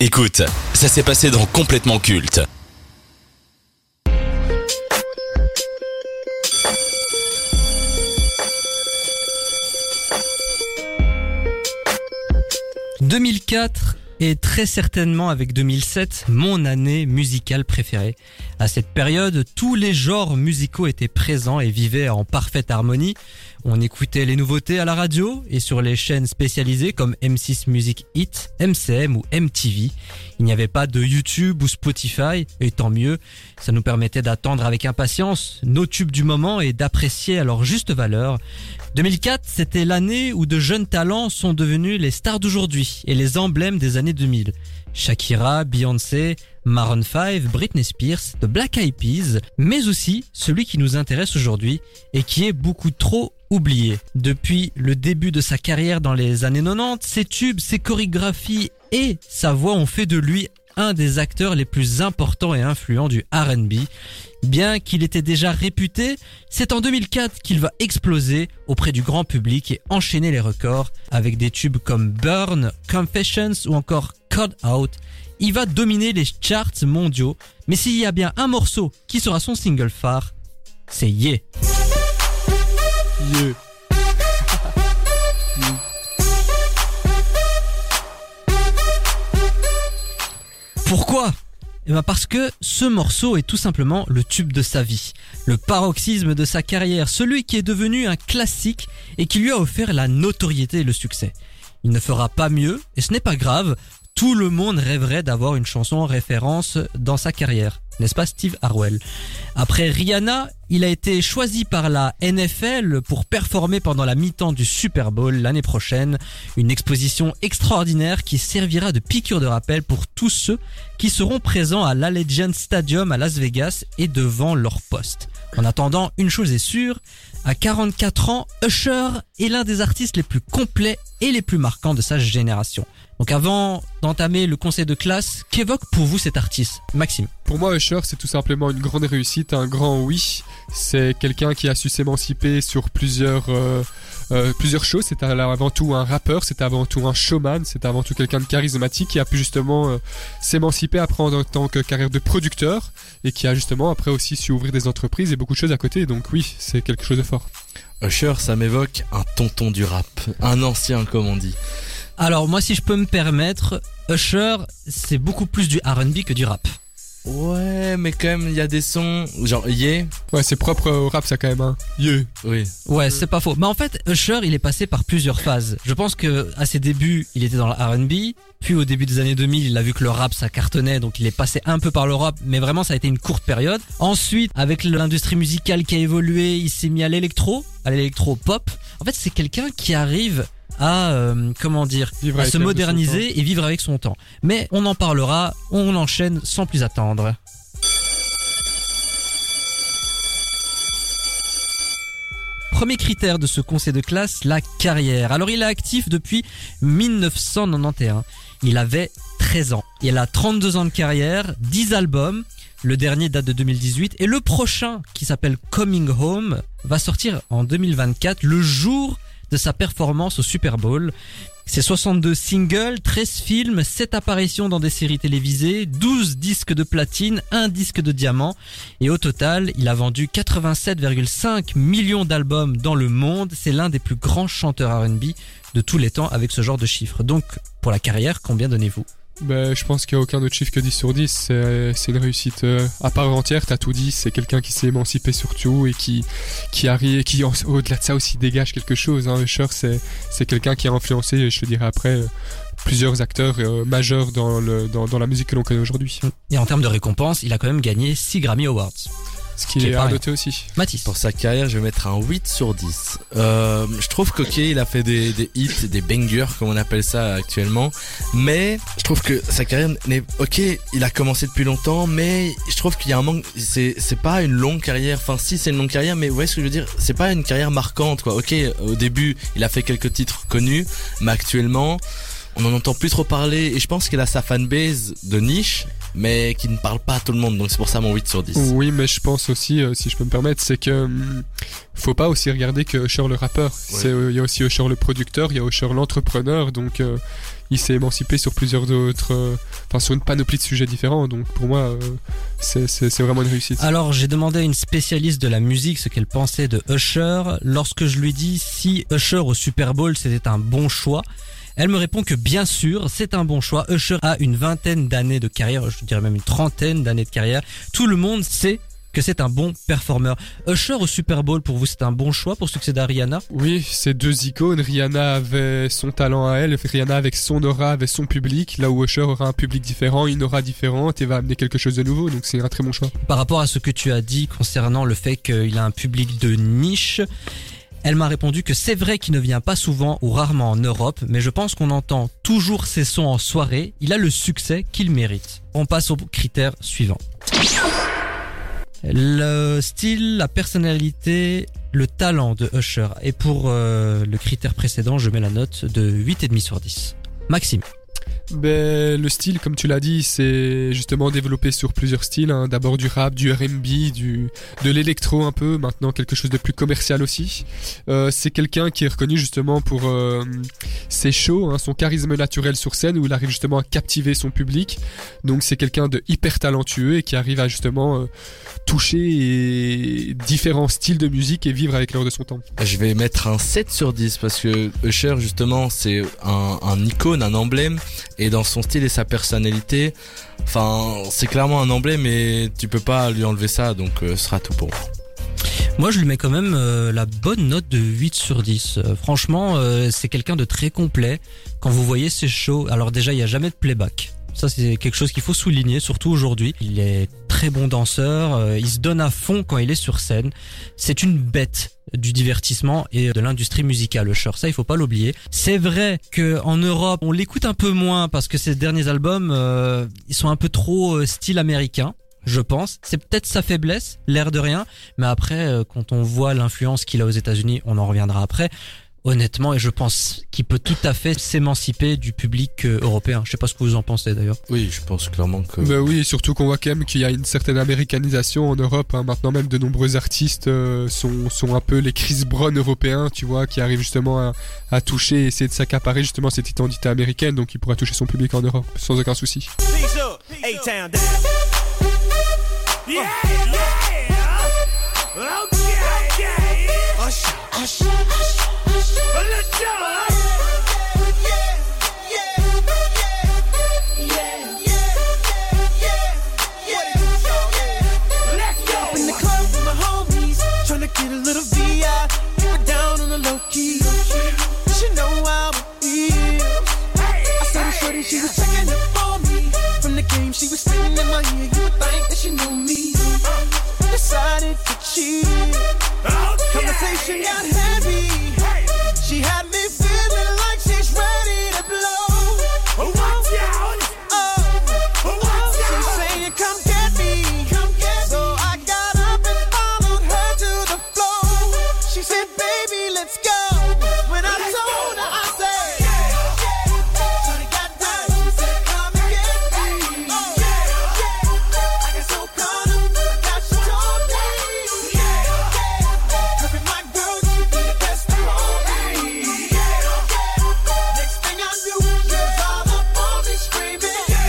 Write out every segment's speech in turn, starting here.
Écoute, ça s'est passé dans Complètement Culte. « 2004 est très certainement avec 2007 mon année musicale préférée. À cette période, tous les genres musicaux étaient présents et vivaient en parfaite harmonie. On écoutait les nouveautés à la radio et sur les chaînes spécialisées comme M6 Music Hit, MCM ou MTV. Il n'y avait pas de YouTube ou Spotify, et tant mieux, ça nous permettait d'attendre avec impatience nos tubes du moment et d'apprécier à leur juste valeur. 2004, c'était l'année où de jeunes talents sont devenus les stars d'aujourd'hui et les emblèmes des années 2000. Shakira, Beyoncé, Maroon 5, Britney Spears, The Black Eyed Peas, mais aussi celui qui nous intéresse aujourd'hui et qui est beaucoup trop oublié. Depuis le début de sa carrière dans les années 90, ses tubes, ses chorégraphies et sa voix ont fait de lui un des acteurs les plus importants et influents du R&B. Bien qu'il était déjà réputé, c'est en 2004 qu'il va exploser auprès du grand public et enchaîner les records avec des tubes comme Burn, Confessions ou encore Caught Out. Il va dominer les charts mondiaux, mais s'il y a bien un morceau qui sera son single phare, c'est Yeah. Yeah. Pourquoi ? Eh bien parce que ce morceau est tout simplement le tube de sa vie, le paroxysme de sa carrière, celui qui est devenu un classique et qui lui a offert la notoriété et le succès. Il ne fera pas mieux, et ce n'est pas grave, tout le monde rêverait d'avoir une chanson en référence dans sa carrière, n'est-ce pas Steve Harwell ? Après Rihanna, il a été choisi par la NFL pour performer pendant la mi-temps du Super Bowl l'année prochaine, une exposition extraordinaire qui servira de piqûre de rappel pour tous ceux qui seront présents à l'Allegiant Stadium à Las Vegas et devant leur poste. En attendant, une chose est sûre, à 44 ans, Usher est l'un des artistes les plus complets et les plus marquants de sa génération. Donc avant d'entamer le conseil de classe, qu'évoque pour vous cet artiste, Maxime ? Pour moi, Usher, c'est tout simplement une grande réussite, un grand oui. C'est quelqu'un qui a su s'émanciper sur plusieurs choses. C'est avant tout un rappeur, c'est avant tout un showman, c'est avant tout quelqu'un de charismatique qui a pu justement s'émanciper après en tant que carrière de producteur et qui a justement après aussi su ouvrir des entreprises et beaucoup de choses à côté. Donc oui, c'est quelque chose de fort. Usher, ça m'évoque un tonton du rap, un ancien comme on dit. Alors moi, si je peux me permettre, Usher, c'est beaucoup plus du R&B que du rap. Ouais, mais quand même, il y a des sons, genre Yeah. Ouais, c'est propre au rap, ça quand même, hein. Yeah. Oui. Ouais, c'est pas faux. Mais en fait, Usher, il est passé par plusieurs phases. Je pense que à ses débuts, il était dans le R&B. Puis au début des années 2000, il a vu que le rap, ça cartonnait. Donc il est passé un peu par le rap. Mais vraiment, ça a été une courte période. Ensuite, avec l'industrie musicale qui a évolué, il s'est mis à l'électro-pop. En fait, c'est quelqu'un qui arrive à à se moderniser et vivre avec son temps. Mais on en parlera, on enchaîne sans plus attendre. Premier critère de ce conseil de classe, la carrière. Alors il est actif depuis 1991. Il avait 13 ans. Il a 32 ans de carrière, 10 albums. Le dernier date de 2018 et le prochain, qui s'appelle Coming Home, va sortir en 2024, le jour de sa performance au Super Bowl. C'est 62 singles, 13 films, 7 apparitions dans des séries télévisées, 12 disques de platine, 1 disque de diamant. Et au total, il a vendu 87,5 millions d'albums dans le monde. C'est l'un des plus grands chanteurs R&B de tous les temps avec ce genre de chiffres. Donc, pour la carrière, combien donnez-vous ? Je pense qu'il n'y a aucun autre chiffre que 10 sur 10. C'est une réussite à part entière. T'as tout dit. C'est quelqu'un qui s'est émancipé surtout et qui arrive, qui au-delà de ça aussi dégage quelque chose. Hein. Usher, c'est quelqu'un qui a influencé, je te dirais après, plusieurs acteurs majeurs dans la musique que l'on connaît aujourd'hui. Et en termes de récompenses, il a quand même gagné 6 Grammy Awards. Ce qui est à noter aussi. Mathis. Pour sa carrière, je vais mettre un 8 sur 10. Je trouve qu'ok, il a fait des hits, des bangers, comme on appelle ça actuellement. Mais je trouve que sa carrière n'est... Ok, il a commencé depuis longtemps, mais je trouve qu'il y a un manque... C'est pas une longue carrière. Enfin, si, c'est une longue carrière, mais vous voyez ce que je veux dire ? C'est pas une carrière marquante, quoi. Ok, au début, il a fait quelques titres connus, mais actuellement... on n'en entend plus trop parler et je pense qu'il a sa fanbase de niche mais qui ne parle pas à tout le monde. Donc c'est pour ça mon 8 sur 10. Oui, mais je pense aussi, si je peux me permettre, c'est que faut pas aussi regarder que Usher le rappeur. Il y a aussi Usher le producteur, il y a Usher l'entrepreneur, donc il s'est émancipé sur plusieurs d'autres, sur une panoplie de sujets différents. Donc pour moi, c'est vraiment une réussite. Alors j'ai demandé à une spécialiste de la musique ce qu'elle pensait de Usher. Lorsque je lui dis si Usher au Super Bowl c'était un bon choix, elle me répond que bien sûr, c'est un bon choix. Usher a une 20aine d'années de carrière, je dirais même une 30aine d'années de carrière. Tout le monde sait que c'est un bon performeur. Usher au Super Bowl, pour vous, c'est un bon choix pour succéder à Rihanna? Oui, c'est deux icônes. Rihanna avait son talent à elle, Rihanna avec son aura, avait son public, là où Usher aura un public différent, une aura différente et va amener quelque chose de nouveau, donc c'est un très bon choix. Par rapport à ce que tu as dit concernant le fait qu'il a un public de niche, elle m'a répondu que c'est vrai qu'il ne vient pas souvent ou rarement en Europe, mais je pense qu'on entend toujours ses sons en soirée. Il a le succès qu'il mérite. On passe au critère suivant. Le style, la personnalité, le talent de Usher. Et pour le critère précédent, je mets la note de 8,5 sur 10. Maxime. Le style, comme tu l'as dit, c'est justement développé sur plusieurs styles, hein. D'abord du rap, du R&B, de l'électro un peu, maintenant quelque chose de plus commercial aussi. C'est quelqu'un qui est reconnu justement pour ses shows, hein, son charisme naturel sur scène où il arrive justement à captiver son public. Donc c'est quelqu'un de hyper talentueux et qui arrive à justement toucher différents styles de musique et vivre avec l'heure de son temps. Je vais mettre un 7 sur 10 parce que Usher justement c'est un icône, un emblème. Et dans son style et sa personnalité, c'est clairement un emblème et tu peux pas lui enlever ça, donc ce sera tout pour moi. Moi, je lui mets quand même la bonne note de 8 sur 10. Franchement, c'est quelqu'un de très complet. Quand vous voyez ses shows, alors déjà, il n'y a jamais de playback. Ça, c'est quelque chose qu'il faut souligner, surtout aujourd'hui. Il est très bon danseur, il se donne à fond quand il est sur scène. C'est une bête du divertissement et de l'industrie musicale, Usher. Ça, il faut pas l'oublier. C'est vrai que en Europe, on l'écoute un peu moins parce que ses derniers albums, ils sont un peu trop style américain. Je pense. C'est peut-être sa faiblesse, l'air de rien. Mais après, quand on voit l'influence qu'il a aux États-Unis, on en reviendra après. Honnêtement, et je pense qu'il peut tout à fait s'émanciper du public européen. Je sais pas ce que vous en pensez d'ailleurs. Oui, je pense clairement que... oui, surtout qu'on voit quand même qu'il y a une certaine américanisation en Europe, hein. Maintenant même de nombreux artistes sont un peu les Chris Brown européens, tu vois, qui arrivent justement à toucher et essayer de s'accaparer justement cette identité américaine, donc il pourra toucher son public en Europe sans aucun souci. Get a little VI, keep it down on the low key. She know how it feels. I saw the shorty, she was checking up on me. From the game, she was spitting in my ear. You would think that she knew me. Decided to cheat. Conversation got heavy. She had me feeling like she's ready to blow. Watch out! She's saying, come get me. So I got up and followed her to the floor. She said, baby, let's go. When I told her, I said, shorty got down. She said, come and get me. I got so caught up, I got she told me. Her and my girl, she be the best for me. Next thing I knew, she was all up on me screaming.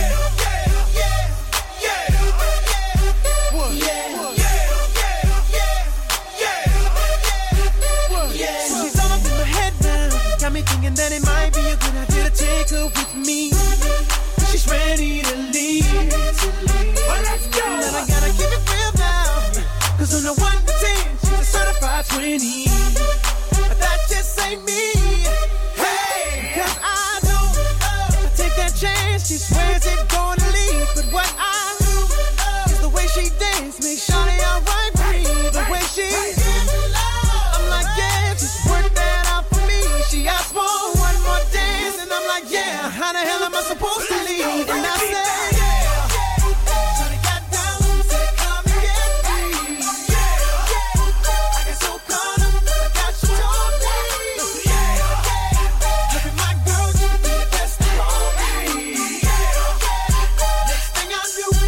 She's all up in my head now. Got me thinking that it might be a good idea to take her with me. She's ready to leave. Well, let's go. And I gotta keep it real now. Cause on the 1 to 10, she's a certified 20. But that just ain't me. Hey, cause I know if I take that chance, she swears it's gonna leave. But what I do is the way she dance makes Shawty alright for me. The way she I'm like, yeah, just work that out for me. She asked for one more dance, and I'm like, yeah, how the hell am I supposed to leave? And I said, shawty got down, said, come and get me. I got so caught up, I got you told me. Her and my girl, she be the best for me. Next thing I knew,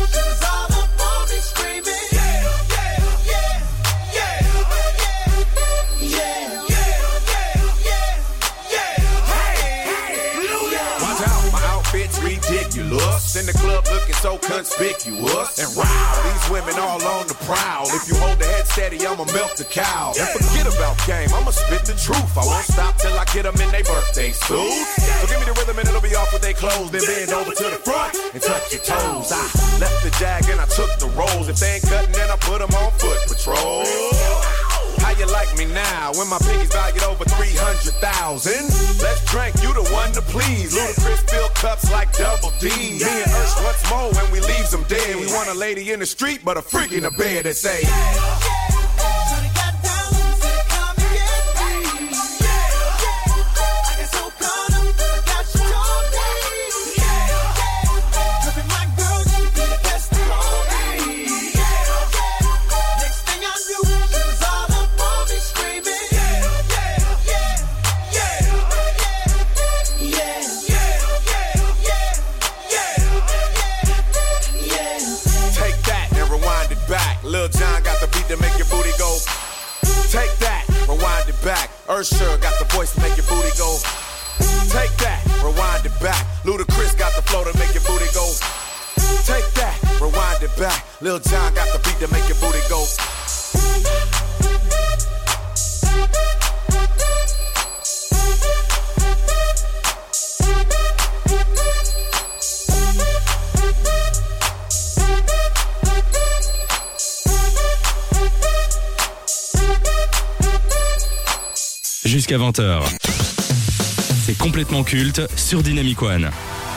looking so conspicuous. And wow, these women all on the prowl. If you hold the head steady, I'ma milk the cow. And forget about game, I'ma spit the truth. I won't stop till I get them in their birthday suits. So give me the rhythm and it'll be off with their clothes. Then bend over to the front and touch your toes. I left the jag and I took the rolls. If they ain't cutting, then I put them on foot patrol. How you like me now when my piggy's valued over 300,000? Let's drink, you the one to please. Ludacris fill cups like Double D. Me and Ursh once more when we leaves them dead. We want a lady in the street, but a freak in the bed that say. Lil Jon got the beat to make your booty go. Take that, rewind it back. Usher got the voice to make your booty go. Take that, rewind it back. Ludacris got the flow to make your booty go. Take that, rewind it back. Lil Jon got the beat to make your booty go. Jusqu'à 20h. C'est complètement culte sur Dynamic One.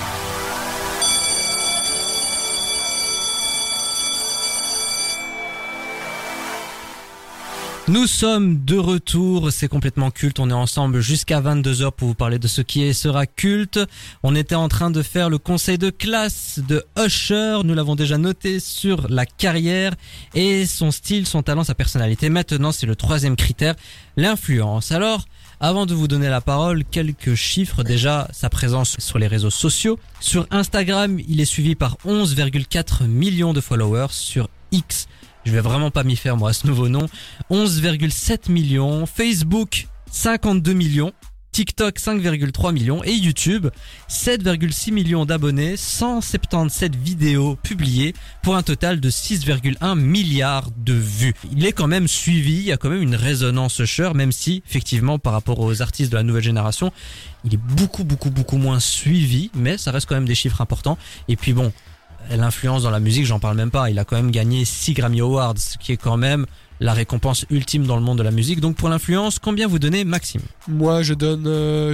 Nous sommes de retour, c'est complètement culte, on est ensemble jusqu'à 22h pour vous parler de ce qui est sera culte. On était en train de faire le conseil de classe de Usher, nous l'avons déjà noté sur la carrière et son style, son talent, sa personnalité. Maintenant, c'est le troisième critère, l'influence. Alors, avant de vous donner la parole, quelques chiffres. Déjà, sa présence sur les réseaux sociaux. Sur Instagram, il est suivi par 11,4 millions de followers. Sur X, je vais vraiment pas m'y faire moi à ce nouveau nom, 11,7 millions. Facebook, 52 millions. TikTok 5,3 millions et YouTube 7,6 millions d'abonnés, 177 vidéos publiées pour un total de 6,1 milliards de vues. Il est quand même suivi, il y a quand même une résonance Usher, même si effectivement par rapport aux artistes de la nouvelle génération, il est beaucoup moins suivi, mais ça reste quand même des chiffres importants. Et puis bon, l'influence dans la musique, j'en parle même pas, il a quand même gagné 6 Grammy Awards, ce qui est quand même la récompense ultime dans le monde de la musique. Donc pour l'influence, combien vous donnez, Maxime? Moi je donne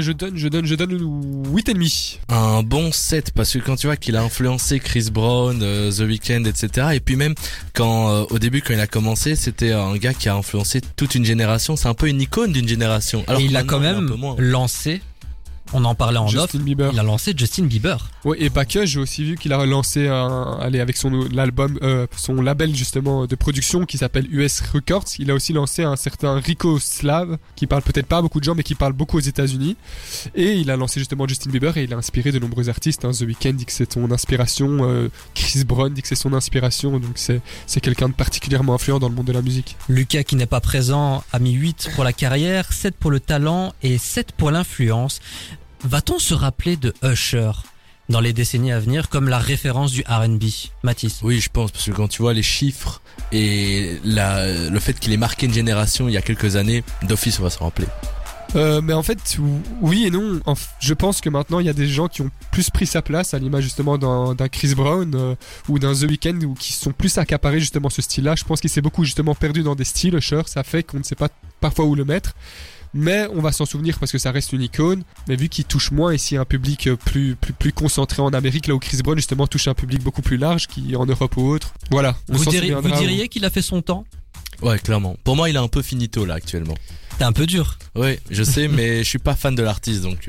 8,5. Un bon 7, parce que quand tu vois qu'il a influencé Chris Brown, The Weeknd, etc. Et puis même quand au début quand il a commencé, c'était un gars qui a influencé toute une génération. C'est un peu une icône d'une génération. Alors et il a quand même lancé, on en parlait en off, il a lancé Justin Bieber. Oui, et pas que, j'ai aussi vu qu'il a lancé avec son label justement de production qui s'appelle US Records. Il a aussi lancé un certain Rico Slav qui parle peut-être pas à beaucoup de gens mais qui parle beaucoup aux États-Unis. Et il a lancé justement Justin Bieber et il a inspiré de nombreux artistes. The Weeknd dit que c'est son inspiration, Chris Brown dit que c'est son inspiration. Donc c'est quelqu'un de particulièrement influent dans le monde de la musique. Lucas qui n'est pas présent a mis 8 pour la carrière, 7 pour le talent et 7 pour l'influence. Va-t-on se rappeler de Usher dans les décennies à venir comme la référence du R&B, Mathis? Oui, je pense, parce que quand tu vois les chiffres et le fait qu'il ait marqué une génération il y a quelques années, d'office on va se rappeler. Mais en fait, oui et non. Je pense que maintenant il y a des gens qui ont plus pris sa place, à l'image justement d'un Chris Brown ou d'un The Weeknd, ou qui sont plus accaparés justement ce style-là. Je pense qu'il s'est beaucoup justement perdu dans des styles Usher. Ça fait qu'on ne sait pas parfois où le mettre. Mais on va s'en souvenir parce que ça reste une icône. Mais vu qu'il touche moins ici un public plus concentré en Amérique, là où Chris Brown justement touche un public beaucoup plus large, qui en Europe ou autre. Voilà. Vous diriez qu'il a fait son temps? Ouais, clairement. Pour moi, il est un peu finito là actuellement. T'es un peu dur. Ouais, je sais, mais je suis pas fan de l'artiste donc.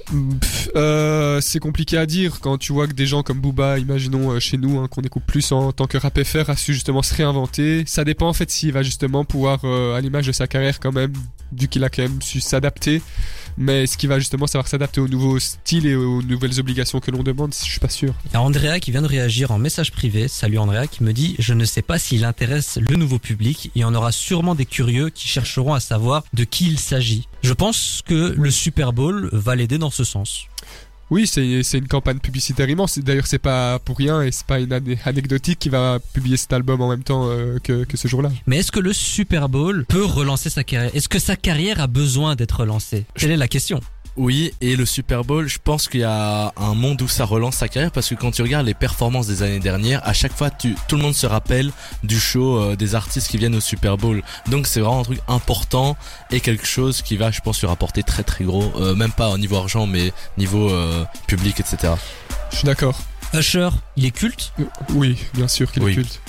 C'est compliqué à dire quand tu vois que des gens comme Booba, imaginons chez nous, qu'on écoute plus en tant que rap FR, a su justement se réinventer. Ça dépend en fait s'il va justement pouvoir, à l'image de sa carrière quand même, vu qu'il a quand même su s'adapter. Mais est-ce qu'il va justement savoir s'adapter aux nouveaux styles et aux nouvelles obligations que l'on demande? Je suis pas sûr. Il y a Andrea qui vient de réagir en message privé. Salut Andrea, qui me dit: je ne sais pas s'il intéresse le nouveau public. Il y en aura sûrement des curieux qui chercheront à savoir de qui il s'agit. Je pense que le Super Bowl va l'aider dans ce sens. Oui, c'est une campagne publicitaire immense. D'ailleurs, c'est pas pour rien et c'est pas une anecdotique qui va publier cet album en même temps que ce jour-là. Mais est-ce que le Super Bowl peut relancer sa carrière? Est-ce que sa carrière a besoin d'être relancée? Telle est la question. Oui, et le Super Bowl, je pense qu'il y a un monde où ça relance sa carrière parce que quand tu regardes les performances des années dernières, à chaque fois tout le monde se rappelle du show des artistes qui viennent au Super Bowl. Donc c'est vraiment un truc important et quelque chose qui va, je pense, lui rapporter très très gros, même pas au niveau argent mais niveau public, etc. Je suis d'accord. Usher, il est culte. Oui, bien sûr qu'il est Oui. culte.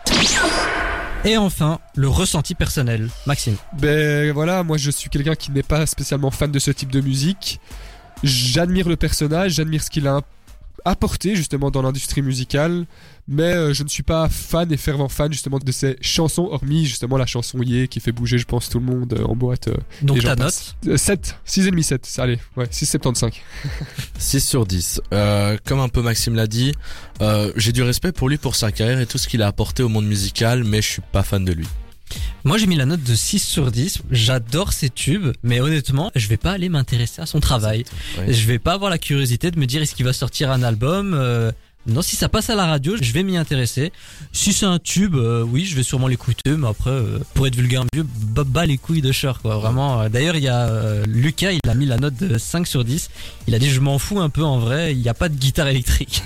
Et enfin, le ressenti personnel. Maxime. Ben voilà, moi je suis quelqu'un qui n'est pas spécialement fan de ce type de musique. J'admire le personnage, j'admire ce qu'il a apporté justement dans l'industrie musicale, mais je ne suis pas fan et fervent fan justement de ses chansons, hormis justement la chanson Yeah qui fait bouger je pense tout le monde en boîte. Donc et j'en ta passe. note? 7, 6,5, 7, allez, ouais, 6,75. 6 sur 10. Comme un peu Maxime l'a dit, j'ai du respect pour lui, pour sa carrière et tout ce qu'il a apporté au monde musical, mais je suis pas fan de lui. Moi j'ai mis la note de 6 sur 10. J'adore ses tubes, mais honnêtement, je vais pas aller m'intéresser à son travail. Ouais. Je vais pas avoir la curiosité de me dire est-ce qu'il va sortir un album. Non, si ça passe à la radio, je vais m'y intéresser. Si c'est un tube, oui, je vais sûrement l'écouter, mais après, pour être vulgaire vieux, bas les couilles de Cher, quoi. Vraiment. D'ailleurs, il y a Lucas, il a mis la note de 5 sur 10. Il a dit je m'en fous un peu en vrai, il n'y a pas de guitare électrique.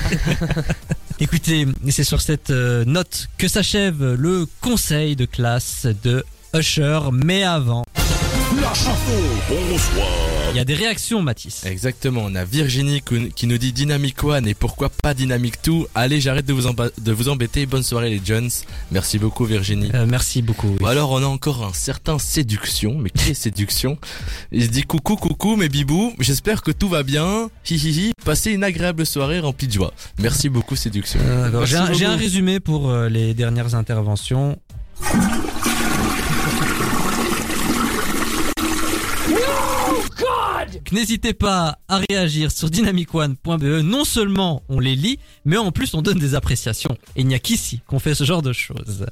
Écoutez, c'est sur cette note que s'achève le conseil de classe de Usher, mais avant, La chanson, bonsoir. il y a des réactions, Mathis. Exactement, on a Virginie qui nous dit Dynamic One et pourquoi pas Dynamic 2. Allez, j'arrête de vous embêter, bonne soirée les Jones. Merci beaucoup Virginie. Merci beaucoup. Oui. Bon, alors on a encore un certain Séduction, mais qui est Séduction? Il se dit coucou mes bibous, j'espère que tout va bien, hihihi, passez une agréable soirée remplie de joie. Merci beaucoup Séduction. D'accord. Merci J'ai un beaucoup. résumé pour les dernières interventions. N'hésitez pas à réagir sur dynamicone.be. Non seulement on les lit, mais en plus on donne des appréciations. Et il n'y a qu'ici qu'on fait ce genre de choses.